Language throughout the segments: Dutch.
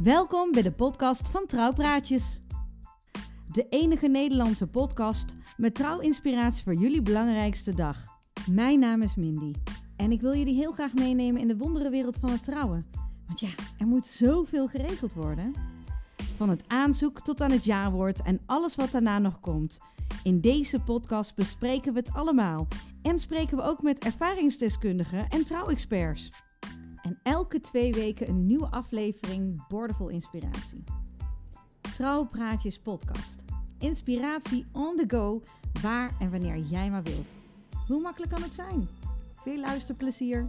Welkom bij de podcast van Trouwpraatjes. De enige Nederlandse podcast met trouwinspiratie voor jullie belangrijkste dag. Mijn naam is Mindy en ik wil jullie heel graag meenemen in de wonderenwereld van het trouwen. Want ja, er moet zoveel geregeld worden. Van het aanzoek tot aan het jawoord en alles wat daarna nog komt. In deze podcast bespreken we het allemaal en spreken we ook met ervaringsdeskundigen en trouwexperts. En elke 2 weken een nieuwe aflevering boordevol inspiratie. Trouwpraatjes podcast. Inspiratie on the go, waar en wanneer jij maar wilt. Hoe makkelijk kan het zijn? Veel luisterplezier!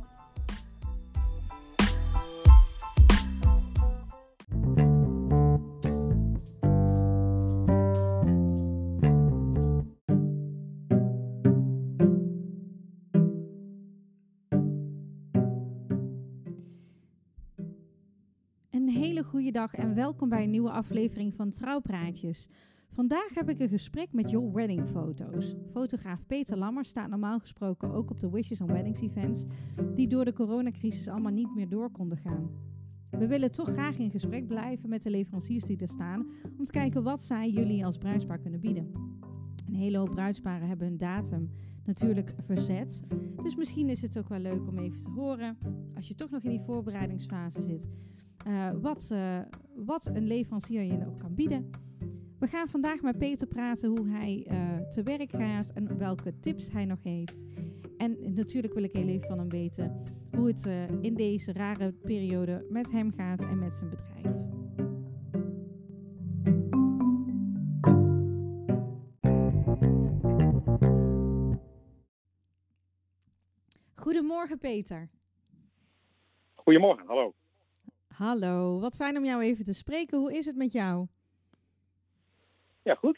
Een hele goede dag en welkom bij een nieuwe aflevering van Trouwpraatjes. Vandaag heb ik een gesprek met Your Wedding Foto's. Fotograaf Peter Lammers staat normaal gesproken ook op de Wishes on Weddings events, die door de coronacrisis allemaal niet meer door konden gaan. We willen toch graag in gesprek blijven met de leveranciers die er staan, om te kijken wat zij jullie als bruidspaar kunnen bieden. Een hele hoop bruidsparen hebben hun datum natuurlijk verzet. Dus misschien is het ook wel leuk om even te horen, als je toch nog in die voorbereidingsfase zit, wat een leverancier je nog kan bieden. We gaan vandaag met Peter praten hoe hij te werk gaat en welke tips hij nog heeft. En natuurlijk wil ik heel even van hem weten hoe het in deze rare periode met hem gaat en met zijn bedrijf. Goedemorgen Peter. Goedemorgen, hallo. Hallo, wat fijn om jou even te spreken. Hoe is het met jou? Ja, goed.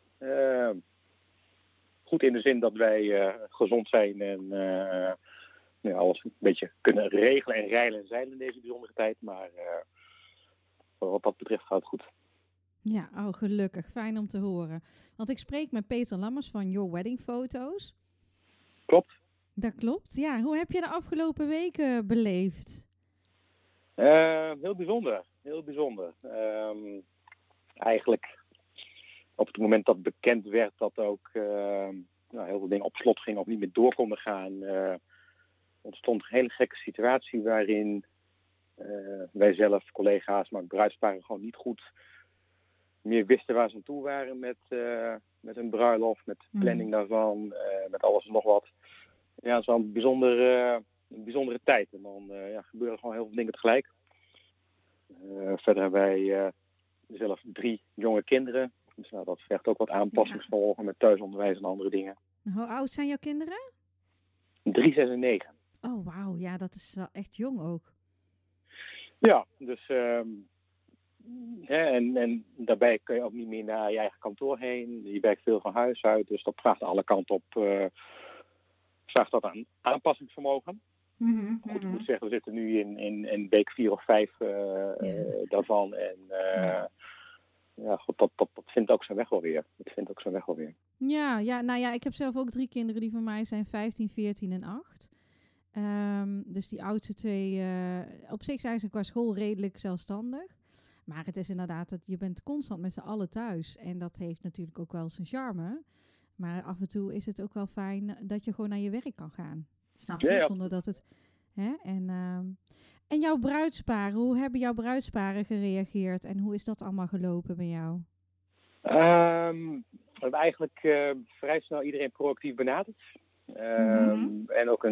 Goed in de zin dat wij gezond zijn en alles een beetje kunnen regelen en reilen en zeilen in deze bijzondere tijd. Maar wat dat betreft gaat het goed. Ja, gelukkig. Fijn om te horen. Want ik spreek met Peter Lammers van Your Wedding Foto's. Klopt. Dat klopt, ja. Hoe heb je de afgelopen weken beleefd? Heel bijzonder. Heel bijzonder. Eigenlijk op het moment dat bekend werd dat ook heel veel dingen op slot gingen of niet meer door konden gaan, ontstond een hele gekke situatie waarin wij zelf, collega's, maar ook bruidsparen gewoon niet goed meer wisten waar ze aan toe waren met hun bruiloft, met de planning daarvan, met alles en nog wat. Ja, het is wel een bijzondere tijd. En dan gebeuren gewoon heel veel dingen tegelijk. Verder hebben wij zelf 3 jonge kinderen. Dus dat vergt ook wat aanpassingsvermogen met thuisonderwijs en andere dingen. Hoe oud zijn jouw kinderen? 3, 6 en 9. Oh, wauw. Ja, dat is wel echt jong ook. Ja, dus en daarbij kun je ook niet meer naar je eigen kantoor heen. Je werkt veel van huis uit, dus dat vraagt alle kanten op. Vraagt dat aan aanpassingsvermogen. Goed, ik moet zeggen, we zitten nu in week 4 of 5 daarvan. En dat vindt ook zijn weg wel weer. Ja, nou ja, ik heb zelf ook 3 kinderen die van mij zijn 15, 14 en 8. Dus die oudste 2, op zich zijn ze qua school redelijk zelfstandig. Maar het is inderdaad dat je bent constant met z'n allen thuis. En dat heeft natuurlijk ook wel zijn charme. Maar af en toe is het ook wel fijn dat je gewoon naar je werk kan gaan. Snap je? Ja. Zonder dat het... Hè? En jouw bruidsparen, hoe hebben jouw bruidsparen gereageerd? En hoe is dat allemaal gelopen bij jou? We hebben eigenlijk vrij snel iedereen proactief benaderd. En ook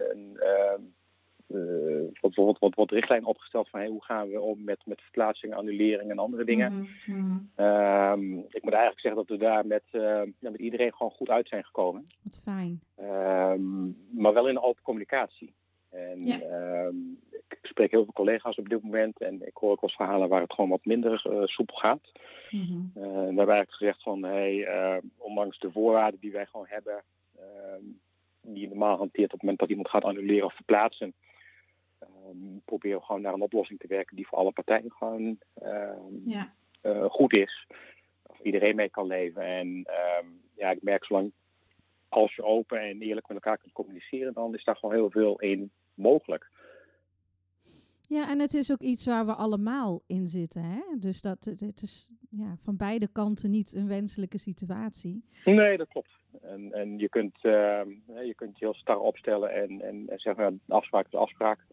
bijvoorbeeld wat richtlijnen opgesteld van hoe gaan we om met verplaatsingen, annuleringen en andere dingen. Ik moet eigenlijk zeggen dat we daar met iedereen gewoon goed uit zijn gekomen. Wat fijn. Maar wel in een open communicatie. En ik spreek heel veel collega's op dit moment en ik hoor ook wel verhalen waar het gewoon wat minder soepel gaat. We hebben eigenlijk gezegd van ondanks de voorwaarden die wij gewoon hebben, die je normaal hanteert op het moment dat iemand gaat annuleren of verplaatsen, proberen we gewoon naar een oplossing te werken die voor alle partijen gewoon goed is. Of iedereen mee kan leven. En ik merk zolang als je open en eerlijk met elkaar kunt communiceren, dan is daar gewoon heel veel in mogelijk. Ja, en het is ook iets waar we allemaal in zitten. Hè? Dus het is van beide kanten niet een wenselijke situatie. Nee, dat klopt. En je kunt je heel star opstellen en zeggen, de afspraak is de afspraak.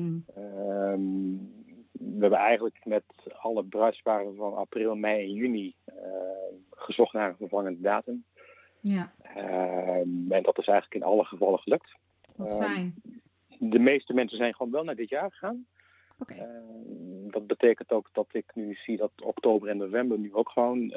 We hebben eigenlijk met alle bruidsparen van april, mei en juni gezocht naar een vervangende datum. Ja. En dat is eigenlijk in alle gevallen gelukt. Wat fijn. De meeste mensen zijn gewoon wel naar dit jaar gegaan. Okay. Dat betekent ook dat ik nu zie dat oktober en november nu ook gewoon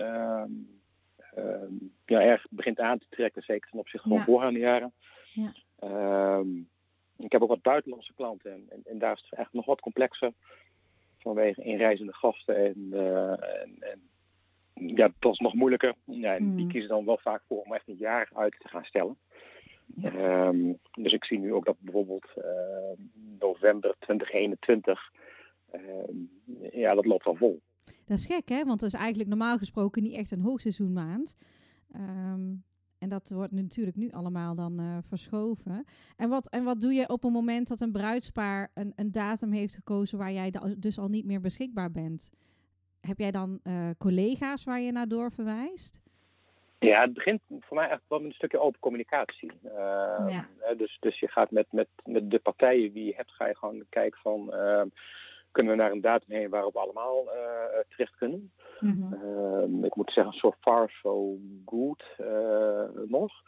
erg begint aan te trekken. Zeker ten opzichte van voorgaande jaren. Ja. Ik heb ook wat buitenlandse klanten. En daar is het echt nog wat complexer. Vanwege inreizende gasten. En dat is nog moeilijker. Ja, en die kiezen dan wel vaak voor om echt een jaar uit te gaan stellen. Ja. Dus ik zie nu ook dat bijvoorbeeld november 2021, dat loopt al vol. Dat is gek, hè? Want dat is eigenlijk normaal gesproken niet echt een hoogseizoenmaand. En dat wordt natuurlijk nu allemaal dan verschoven. En wat doe je op een moment dat een bruidspaar een datum heeft gekozen waar jij dus al niet meer beschikbaar bent? Heb jij dan collega's waar je naar doorverwijst? Ja, het begint voor mij echt wel met een stukje open communicatie. Dus je gaat met de partijen die je hebt, ga je gewoon kijken van, kunnen we naar een datum heen waarop we allemaal terecht kunnen. Mm-hmm. Ik moet zeggen, so far so good nog.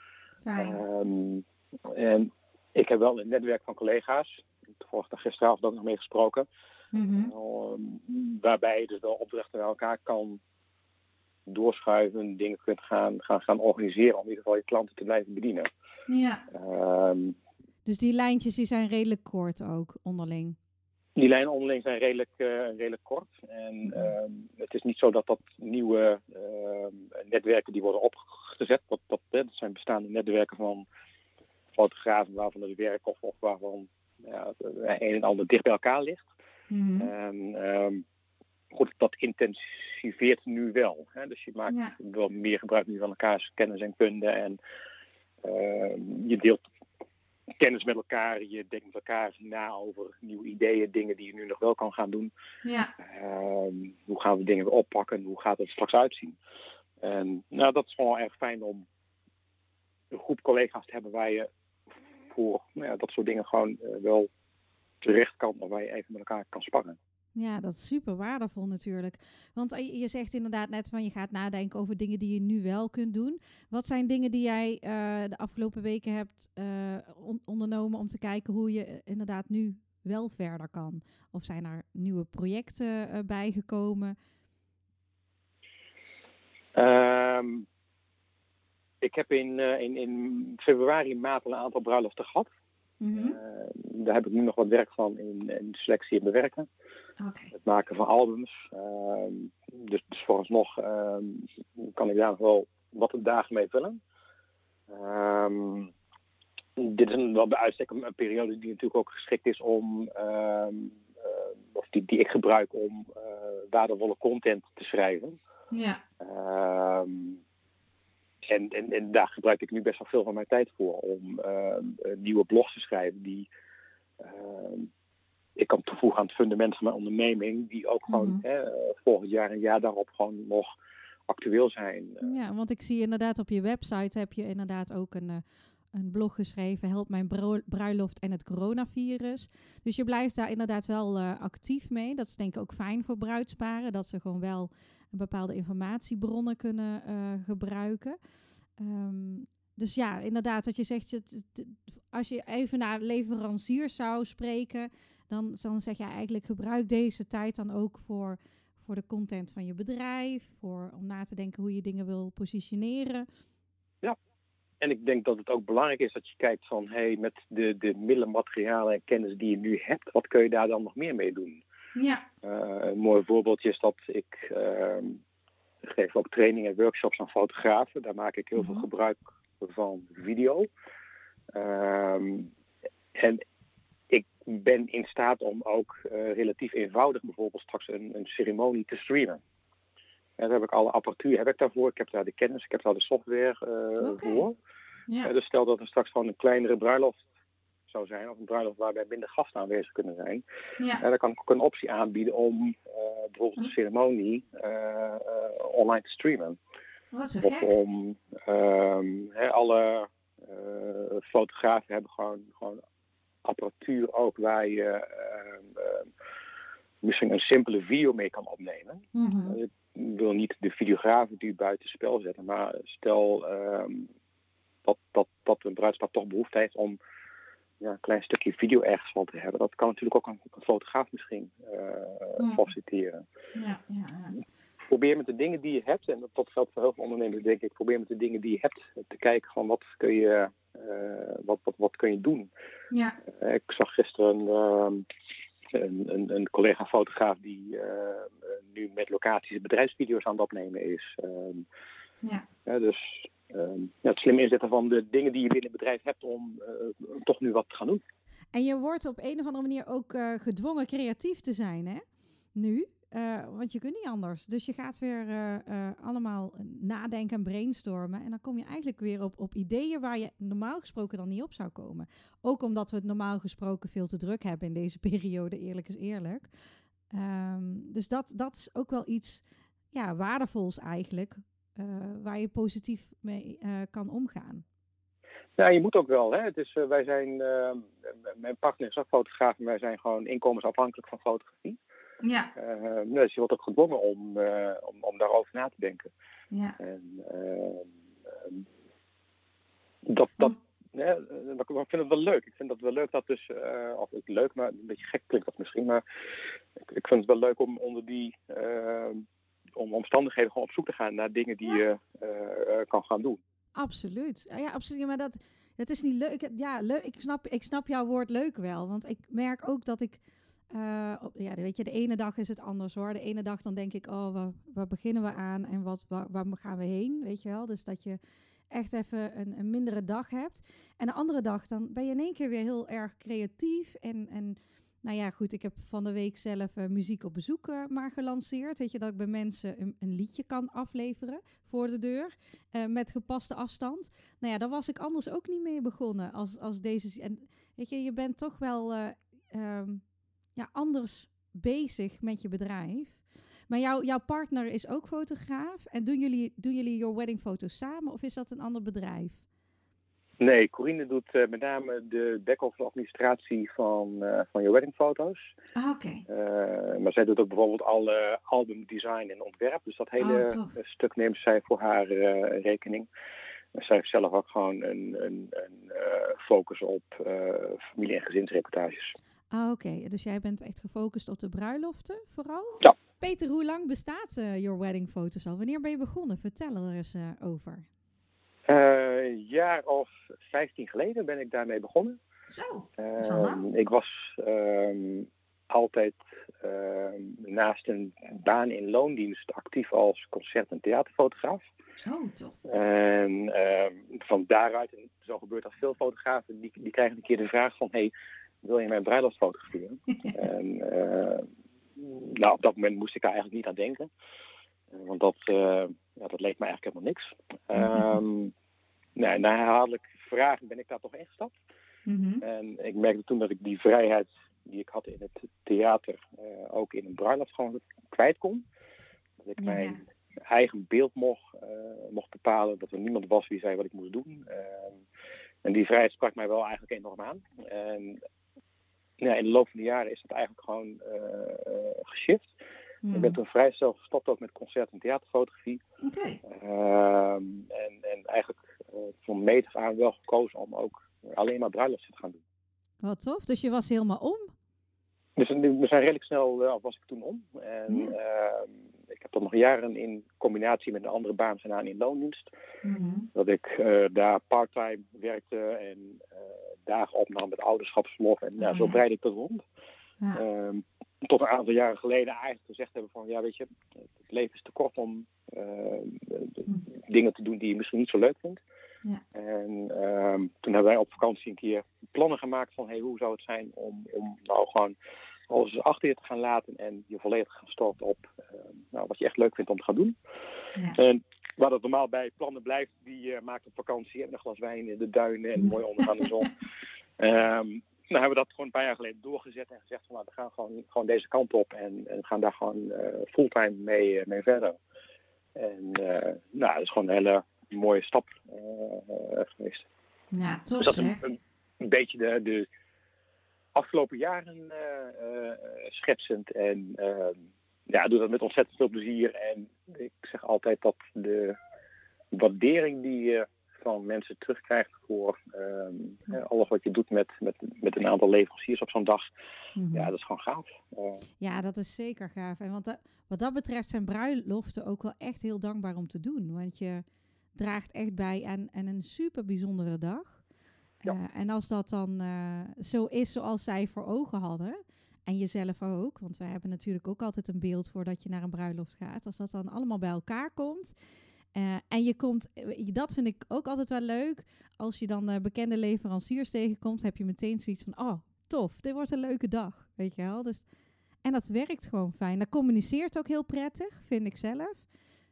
En ik heb wel een netwerk van collega's. Toevallig gisteravond ook nog mee gesproken. Mm-hmm. Waarbij je dus wel opdrachten naar elkaar kan doorschuiven, dingen kunt gaan organiseren om in ieder geval je klanten te blijven bedienen. Ja. Dus die lijntjes die zijn redelijk kort ook onderling? Die lijnen onderling zijn redelijk kort. En het is niet zo dat nieuwe netwerken die worden opgezet. Dat zijn bestaande netwerken van fotografen waarvan het werk of waarvan een en ander dicht bij elkaar ligt. Mm-hmm. Goed, dat intensiveert nu wel. Hè? Dus je maakt wel meer gebruik nu van elkaars kennis en kunde. En je deelt kennis met elkaar. Je denkt met elkaar na over nieuwe ideeën. Dingen die je nu nog wel kan gaan doen. Ja. Hoe gaan we dingen weer oppakken? Hoe gaat het straks uitzien? En dat is gewoon erg fijn om een groep collega's te hebben waar je voor dat soort dingen gewoon wel terecht kan. Of waar je even met elkaar kan sparren. Ja, dat is super waardevol natuurlijk. Want je zegt inderdaad net van je gaat nadenken over dingen die je nu wel kunt doen. Wat zijn dingen die jij de afgelopen weken hebt ondernomen om te kijken hoe je inderdaad nu wel verder kan? Of zijn er nieuwe projecten bijgekomen? Ik heb in februari maart al een aantal bruiloften gehad. Mm-hmm. Daar heb ik nu nog wat werk van in selectie en bewerken. Okay. Het maken van albums. Dus vooralsnog kan ik daar nog wel wat dagen mee vullen. Dit is wel bij uitstek een periode die natuurlijk ook geschikt is om, of die ik gebruik om waardevolle content te schrijven. Ja. En daar gebruik ik nu best wel veel van mijn tijd voor om nieuwe blogs te schrijven die ik kan toevoegen aan het fundament van mijn onderneming, die ook gewoon volgend jaar en jaar daarop gewoon nog actueel zijn. Ja, want ik zie inderdaad op je website heb je inderdaad ook een blog geschreven, Help mijn bruiloft en het coronavirus. Dus je blijft daar inderdaad wel actief mee. Dat is denk ik ook fijn voor bruidsparen, dat ze gewoon wel bepaalde informatiebronnen kunnen gebruiken. Dus ja, inderdaad, wat je zegt, als je even naar leveranciers zou spreken, dan zeg je eigenlijk gebruik deze tijd dan ook voor de content van je bedrijf, om na te denken hoe je dingen wil positioneren. Ja, en ik denk dat het ook belangrijk is dat je kijkt van, met de middelen, materialen en kennis die je nu hebt, wat kun je daar dan nog meer mee doen? Ja. Een mooi voorbeeldje is dat ik geef ook trainingen en workshops aan fotografen. Daar maak ik heel veel gebruik van video. En ik ben in staat om ook relatief eenvoudig bijvoorbeeld straks een ceremonie te streamen. Daar heb ik alle apparatuur daarvoor. Ik heb daar de kennis, ik heb daar de software voor. Ja. Dus stel dat er straks gewoon een kleinere bruiloft zou zijn, of een bruiloft waarbij minder gasten aanwezig kunnen zijn, Ja. dan kan ik ook een optie aanbieden om bijvoorbeeld de ceremonie online te streamen. Wat zo Of gek. om alle fotografen hebben gewoon apparatuur ook waar je misschien een simpele video mee kan opnemen. Mm-hmm. Ik wil niet de videograaf die buiten spel zetten, maar stel dat een bruidspar toch behoefte heeft om een klein stukje video ergens van te hebben. Dat kan natuurlijk ook een fotograaf misschien faciliteren. Ja. Probeer met de dingen die je hebt, en dat geldt voor heel veel ondernemers denk ik, probeer met de dingen die je hebt te kijken van wat kun je doen. Ja. Ik zag gisteren een collega fotograaf die nu met locaties bedrijfsvideo's aan het opnemen is. Dus het slim inzetten van de dingen die je binnen het bedrijf hebt om toch nu wat te gaan doen. En je wordt op een of andere manier ook gedwongen creatief te zijn, hè? Nu. Want je kunt niet anders. Dus je gaat weer allemaal nadenken en brainstormen. En dan kom je eigenlijk weer op ideeën waar je normaal gesproken dan niet op zou komen. Ook omdat we het normaal gesproken veel te druk hebben in deze periode, eerlijk is eerlijk. Dus dat is ook wel iets waardevols eigenlijk, waar je positief mee kan omgaan. Ja, je moet ook wel. Hè? Het is, wij zijn, mijn partner is ook fotograaf en wij zijn gewoon inkomensafhankelijk van fotografie. Ja. Dus je wordt ook gedwongen om daarover na te denken. Ja. En ik vind het wel leuk. Ik vind dat wel leuk dat dus, of leuk, maar een beetje gek klinkt dat misschien, maar ik vind het wel leuk om onder die omstandigheden gewoon op zoek te gaan naar dingen die je kan gaan doen. Absoluut. Ja, absoluut. Maar dat is niet leuk. Ja, leuk. Ik snap jouw woord leuk wel. Want ik merk ook dat ik... weet je, de ene dag is het anders hoor. De ene dag dan denk ik, waar beginnen we aan en waar gaan we heen? Weet je wel? Dus dat je echt even een mindere dag hebt. En de andere dag dan ben je in één keer weer heel erg creatief. En nou ja, goed, ik heb van de week zelf muziek op bezoek maar gelanceerd. Weet je, dat ik bij mensen een liedje kan afleveren voor de deur. Met gepaste afstand. Nou ja, daar was ik anders ook niet mee begonnen als deze. En weet je, je bent toch wel anders bezig met je bedrijf. Maar jouw partner is ook fotograaf. En doen jullie your wedding foto's samen of is dat een ander bedrijf? Nee, Corine doet met name de back-office administratie van je weddingfoto's. Oké. Maar zij doet ook bijvoorbeeld alle albumdesign en ontwerp. Dus dat hele stuk neemt zij voor haar rekening. En zij heeft zelf ook gewoon een focus op familie- en gezinsreportages. Oké. Dus jij bent echt gefocust op de bruiloften vooral? Ja. Peter, hoe lang bestaat Your Wedding Foto's al? Wanneer ben je begonnen? Vertel er eens over. Een jaar of 15 geleden ben ik daarmee begonnen. Zo, dat is al lang. Ik was altijd naast een baan in loondienst actief als concert- en theaterfotograaf. Oh, tof. En van daaruit, en zo gebeurt dat veel fotografen, die krijgen een keer de vraag van, hey, wil je mijn bruiloft fotograferen? En op dat moment moest ik daar eigenlijk niet aan denken. Want dat leek me eigenlijk helemaal niks. Na herhaaldelijk vragen ben ik daar toch ingestapt. Mm-hmm. En ik merkte toen dat ik die vrijheid die ik had in het theater ook in een bruiloft gewoon kwijt kon. Dat ik mijn eigen beeld mocht bepalen. Dat er niemand was die zei wat ik moest doen. En die vrijheid sprak mij wel eigenlijk enorm aan. En in de loop van de jaren is dat eigenlijk gewoon geshift. Ik ben toen vrij snel gestopt ook met concert- en theaterfotografie. Okay. En eigenlijk van meet af aan wel gekozen om ook alleen maar bruiloften te gaan doen. Wat tof, dus je was helemaal om? Dus we zijn redelijk snel, was ik toen om. En ik heb dat nog jaren in combinatie met een andere baan gedaan in loondienst. Mm-hmm. Dat ik daar parttime werkte en dagen opnam met ouderschapsverlof. En zo breidde ik dat rond. Ja. Tot een aantal jaren geleden eigenlijk gezegd hebben van, ja weet je, het leven is te kort om dingen te doen die je misschien niet zo leuk vindt. Ja. En toen hebben wij op vakantie een keer plannen gemaakt van, hey, hoe zou het zijn om nou gewoon alles achter je te gaan laten en je volledig gaan storten op wat je echt leuk vindt om te gaan doen. Ja. En waar dat normaal bij plannen blijft, die maakt op vakantie en een glas wijn in de duinen en mooi ondergaande zon. Nou hebben we dat gewoon een paar jaar geleden doorgezet en gezegd van we gaan gewoon deze kant op en gaan daar gewoon fulltime mee verder. En dat is gewoon een hele mooie stap geweest. Ja, tof, dus dat is een beetje de afgelopen jaren schetsend. En doe dat met ontzettend veel plezier. En ik zeg altijd dat de waardering die je van mensen terugkrijgt voor alles wat je doet met een aantal leveranciers op zo'n dag. Mm-hmm. Ja, dat is gewoon gaaf. Ja, dat is zeker gaaf. En wat dat betreft zijn bruiloften ook wel echt heel dankbaar om te doen. Want je draagt echt bij aan een super bijzondere dag. Ja. En als dat dan zo is zoals zij voor ogen hadden, en jezelf ook, want wij hebben natuurlijk ook altijd een beeld voordat je naar een bruiloft gaat. Als dat dan allemaal bij elkaar komt. En je komt, dat vind ik ook altijd wel leuk. Als je dan bekende leveranciers tegenkomt, heb je meteen zoiets van, oh, tof, dit wordt een leuke dag. Weet je wel? Dus, en dat werkt gewoon fijn. Dat communiceert ook heel prettig, vind ik zelf.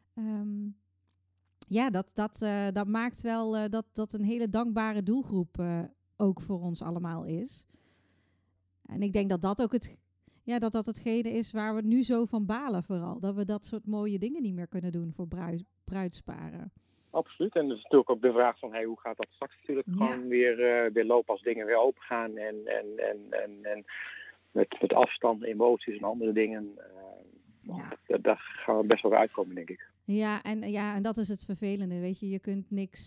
Dat maakt wel dat een hele dankbare doelgroep ook voor ons allemaal is. En ik denk dat dat ook hetgene is waar we nu zo van balen vooral. Dat we dat soort mooie dingen niet meer kunnen doen voor bruidsparen. Absoluut. En dat is natuurlijk ook de vraag van hoe gaat dat straks natuurlijk gewoon weer lopen als dingen weer open gaan. En met afstand, emoties en andere dingen. Daar gaan we best wel weer uitkomen, denk ik. Ja, en dat is het vervelende. Weet je, je kunt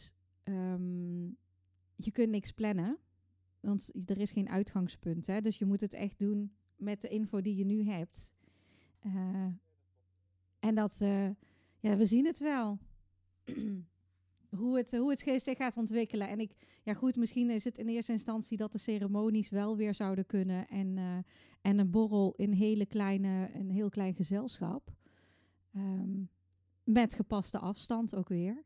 niks plannen. Want er is geen uitgangspunt. Hè? Dus je moet het echt doen met de info die je nu hebt. En dat, we zien het wel. hoe het zich gaat ontwikkelen. En misschien is het in eerste instantie dat de ceremonies wel weer zouden kunnen. En een borrel in een heel klein gezelschap. Met gepaste afstand ook weer.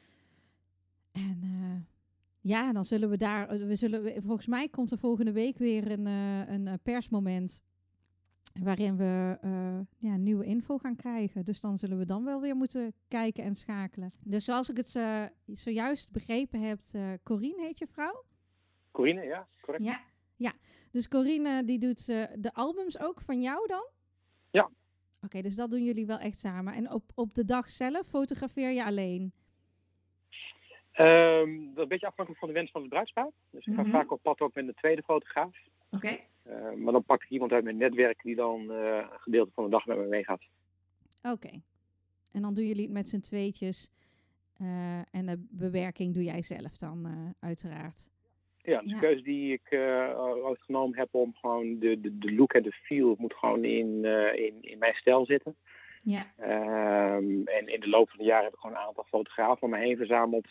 En dan zullen we volgens mij komt er volgende week weer een persmoment waarin we nieuwe info gaan krijgen. Dus dan zullen we dan wel weer moeten kijken en schakelen. Dus zoals ik het zojuist begrepen heb, Corine heet je vrouw? Corine, ja, correct. Ja. Dus Corine die doet de albums ook van jou dan? Ja. Oké, dus dat doen jullie wel echt samen. En op de dag zelf fotografeer je alleen? Dat is een beetje afhankelijk van de wens van het bruidspaar. Dus ik ga vaak op pad ook met een tweede fotograaf. Oké. Maar dan pak ik iemand uit mijn netwerk die dan een gedeelte van de dag met me meegaat. Oké. En dan doen jullie het met z'n tweetjes. En de bewerking doe jij zelf dan uiteraard. Ja, de keuze die ik genomen heb om gewoon de look en de feel moet gewoon in mijn stijl zitten. Ja. En in de loop van de jaren heb ik gewoon een aantal fotografen om me heen verzameld.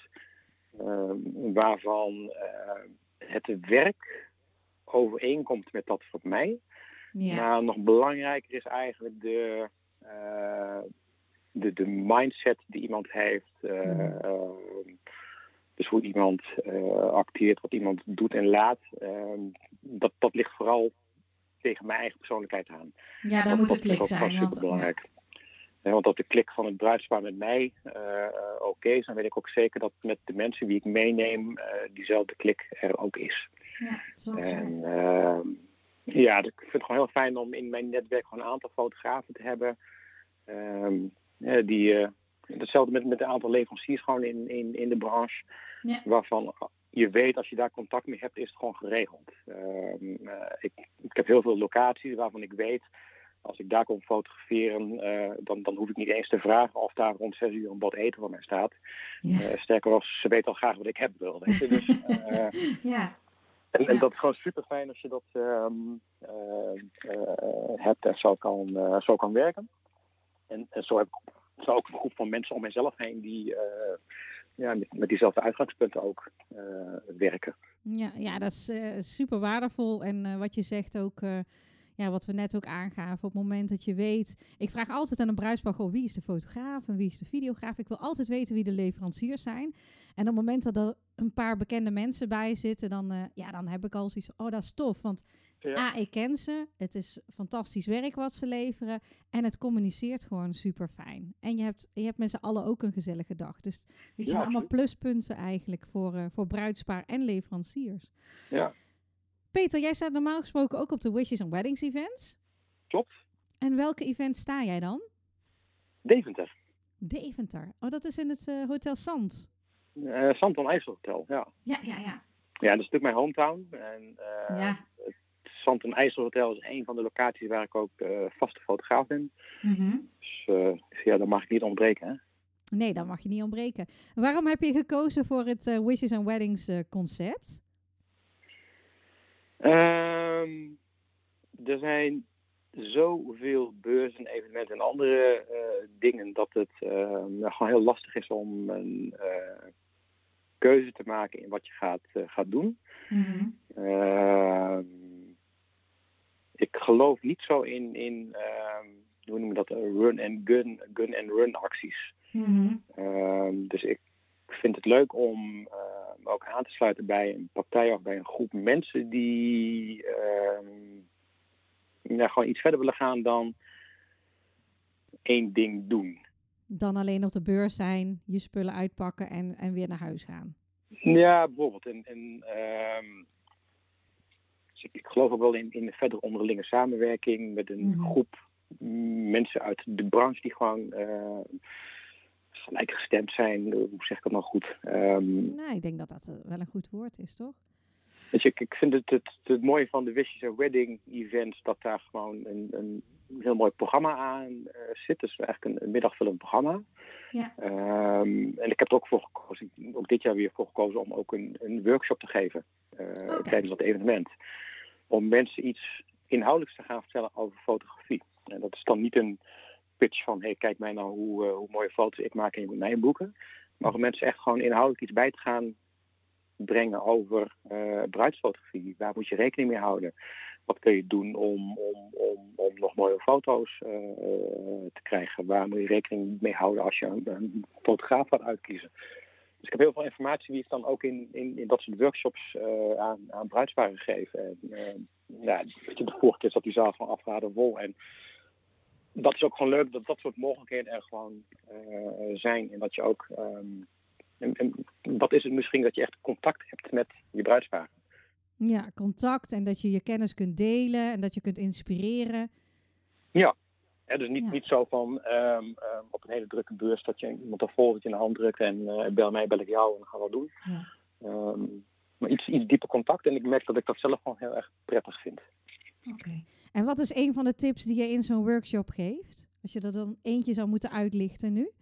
Waarvan het werk overeenkomt met dat voor mij. Ja. Maar nog belangrijker is eigenlijk de mindset die iemand heeft. Dus hoe iemand acteert, wat iemand doet en laat. Dat ligt vooral tegen mijn eigen persoonlijkheid aan. Ja, daar moet een klik zijn. Dat is super belangrijk. Want als de klik van het bruidspaar met mij oké is, dan weet ik ook zeker dat met de mensen die ik meeneem diezelfde klik er ook is. Ja, zo ik vind het gewoon heel fijn om in mijn netwerk gewoon een aantal fotografen te hebben. Hetzelfde met een aantal leveranciers gewoon in de branche. Ja. Waarvan je weet, als je daar contact mee hebt, is het gewoon geregeld. Ik heb heel veel locaties waarvan ik weet, als ik daar kom fotograferen, dan hoef ik niet eens te vragen of daar rond 6 uur een bod eten voor mij staat. Ja. Sterker nog, ze weten al graag wat ik heb wil. Weet je? Dus, ja. En dat is gewoon super fijn als je dat hebt en zo kan werken. En zo heb ik ook een groep van mensen om mijzelf heen die met diezelfde uitgangspunten ook werken. Ja, dat is super waardevol. En wat je zegt ook, wat we net ook aangaven, op het moment dat je weet. Ik vraag altijd aan een bruidspaar, wie is de fotograaf en wie is de videograaf? Ik wil altijd weten wie de leveranciers zijn. En op het moment dat er een paar bekende mensen bij zitten, dan heb ik al zoiets van, dat is tof. Want ik ken ze, het is fantastisch werk wat ze leveren en het communiceert gewoon super fijn. En je hebt met z'n allen ook een gezellige dag. Dus het zijn allemaal pluspunten eigenlijk voor bruidspaar en leveranciers. Ja. Peter, jij staat normaal gesproken ook op de Wishes and Weddings events. Klopt. En welke events sta jij dan? Deventer. Deventer. Oh, dat is in het Hotel Sant. Sant en IJssel Hotel, ja. Ja. Ja, dat is natuurlijk mijn hometown. En het Sant en IJssel Hotel is een van de locaties waar ik ook vaste fotograaf ben. Mm-hmm. Dus daar mag ik niet ontbreken, hè? Nee, dat mag je niet ontbreken. Waarom heb je gekozen voor het Wishes and Weddings concept? Er zijn zoveel beurzen, evenementen en andere dingen dat het gewoon heel lastig is om een keuze te maken in wat je gaat doen. Mm-hmm. Ik geloof niet zo in hoe noem je dat, gun and run acties. Mm-hmm. Dus ik vind het leuk om ook aan te sluiten bij een partij of bij een groep mensen die gewoon iets verder willen gaan dan één ding doen. Dan alleen op de beurs zijn, je spullen uitpakken en weer naar huis gaan. Ja, bijvoorbeeld. Dus ik geloof ook wel in de verdere onderlinge samenwerking met een groep mensen uit de branche die gewoon gelijkgestemd zijn. Hoe zeg ik dat nou goed? Ik denk dat dat wel een goed woord is, toch? Dus ik vind het mooie van de Wishes and Wedding events dat daar gewoon een heel mooi programma aan zit. Dus eigenlijk een middagvullend programma. Ja. En ik heb er ook voor gekozen, ook dit jaar weer voor gekozen om ook een workshop te geven tijdens dat evenement. Om mensen iets inhoudelijks te gaan vertellen over fotografie. En dat is dan niet een pitch van, hey, kijk mij nou hoe mooie foto's ik maak en je moet mij boeken. Maar om mensen echt gewoon inhoudelijk iets bij te gaan brengen over bruidsfotografie. Waar moet je rekening mee houden? Wat kun je doen om nog mooie foto's te krijgen? Waar moet je rekening mee houden als je een fotograaf gaat uitkiezen? Dus ik heb heel veel informatie die ik dan ook in dat soort workshops aan bruidsparen geef. En de vorige keer zat die zaal van afgeraden vol. En dat is ook gewoon leuk dat soort mogelijkheden er gewoon zijn. En dat je ook... En wat is het misschien dat je echt contact hebt met je bruidspaar? Ja, contact en dat je je kennis kunt delen en dat je kunt inspireren. Ja, dus niet zo van op een hele drukke beurs dat je iemand een foldertje in de hand drukt en bel mij, bel ik jou en dan gaan we dat doen. Ja. Maar iets dieper contact en ik merk dat ik dat zelf gewoon heel erg prettig vind. Oké. En wat is een van de tips die je in zo'n workshop geeft? Als je er dan eentje zou moeten uitlichten nu?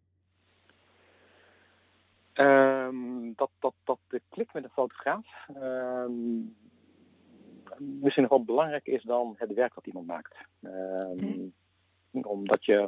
Dat de klik met een fotograaf misschien nog wel belangrijk is dan het werk dat iemand maakt. Omdat je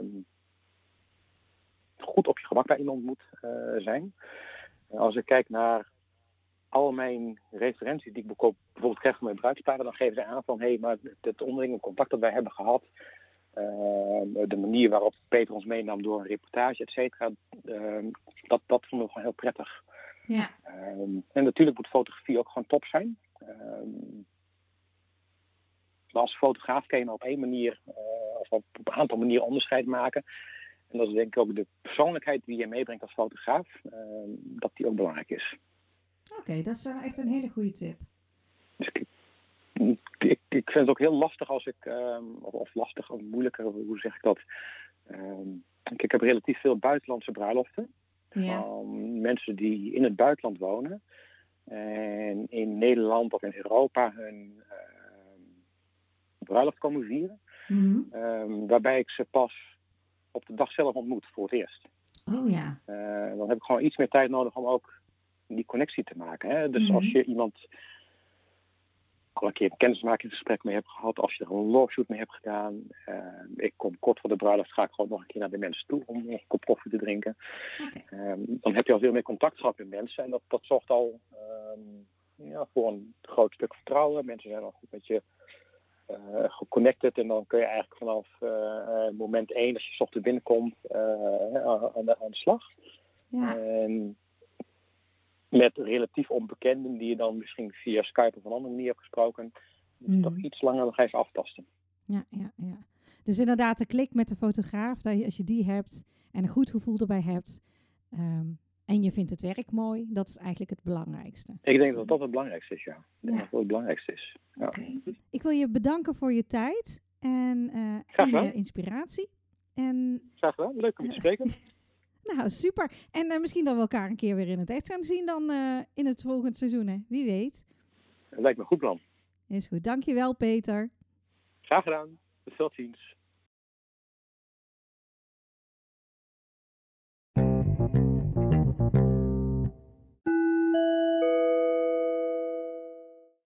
goed op je gemak bij iemand moet zijn. Als ik kijk naar al mijn referenties die ik bijvoorbeeld krijg van mijn bruidsparen, dan geven ze aan van maar het onderlinge contact dat wij hebben gehad, de manier waarop Peter ons meenam door een reportage, et cetera, dat vonden we gewoon heel prettig. Ja. En natuurlijk moet fotografie ook gewoon top zijn. Maar als fotograaf kan je op één manier, of op een aantal manieren onderscheid maken. En dat is denk ik ook de persoonlijkheid die je meebrengt als fotograaf, dat die ook belangrijk is. Oké, dat is wel echt een hele goede tip. Dus ik vind het ook heel lastig als ik, of lastig of moeilijker, hoe zeg ik dat? Ik heb relatief veel buitenlandse bruiloften. Ja. Van mensen die in het buitenland wonen. En in Nederland of in Europa hun bruiloft komen vieren. Mm-hmm. Waarbij ik ze pas op de dag zelf ontmoet voor het eerst. Oh ja. Dan heb ik gewoon iets meer tijd nodig om ook die connectie te maken. Hè? Dus als je iemand al een keer een kennismakingsgesprek mee hebt gehad, als je er een lookshoot mee hebt gedaan. Ik kom kort voor de bruiloft, ga ik gewoon nog een keer naar de mensen toe om een kop koffie te drinken. Okay. Dan heb je al veel meer contact gehad met mensen en dat zorgt al voor een groot stuk vertrouwen. Mensen zijn al goed met je geconnected en dan kun je eigenlijk vanaf moment 1, als je 's ochtends binnenkomt, aan de slag. Ja. En met relatief onbekenden die je dan misschien via Skype of een andere manier hebt gesproken, toch iets langer nog even aftasten. Ja. Dus inderdaad de klik met de fotograaf, als je die hebt en een goed gevoel erbij hebt, En je vindt het werk mooi. Dat is eigenlijk het belangrijkste. Ik denk dat dat het belangrijkste is, ja. Ik denk dat dat het belangrijkste is. Ja. Okay. Ik wil je bedanken voor je tijd en je inspiratie. Graag gedaan. Leuk om te spreken. Nou, super. En misschien dat we elkaar een keer weer in het echt gaan zien dan in het volgende seizoen. Hè? Wie weet. Dat lijkt me een goed plan. Is goed. Dankjewel, Peter. Graag gedaan. Tot ziens.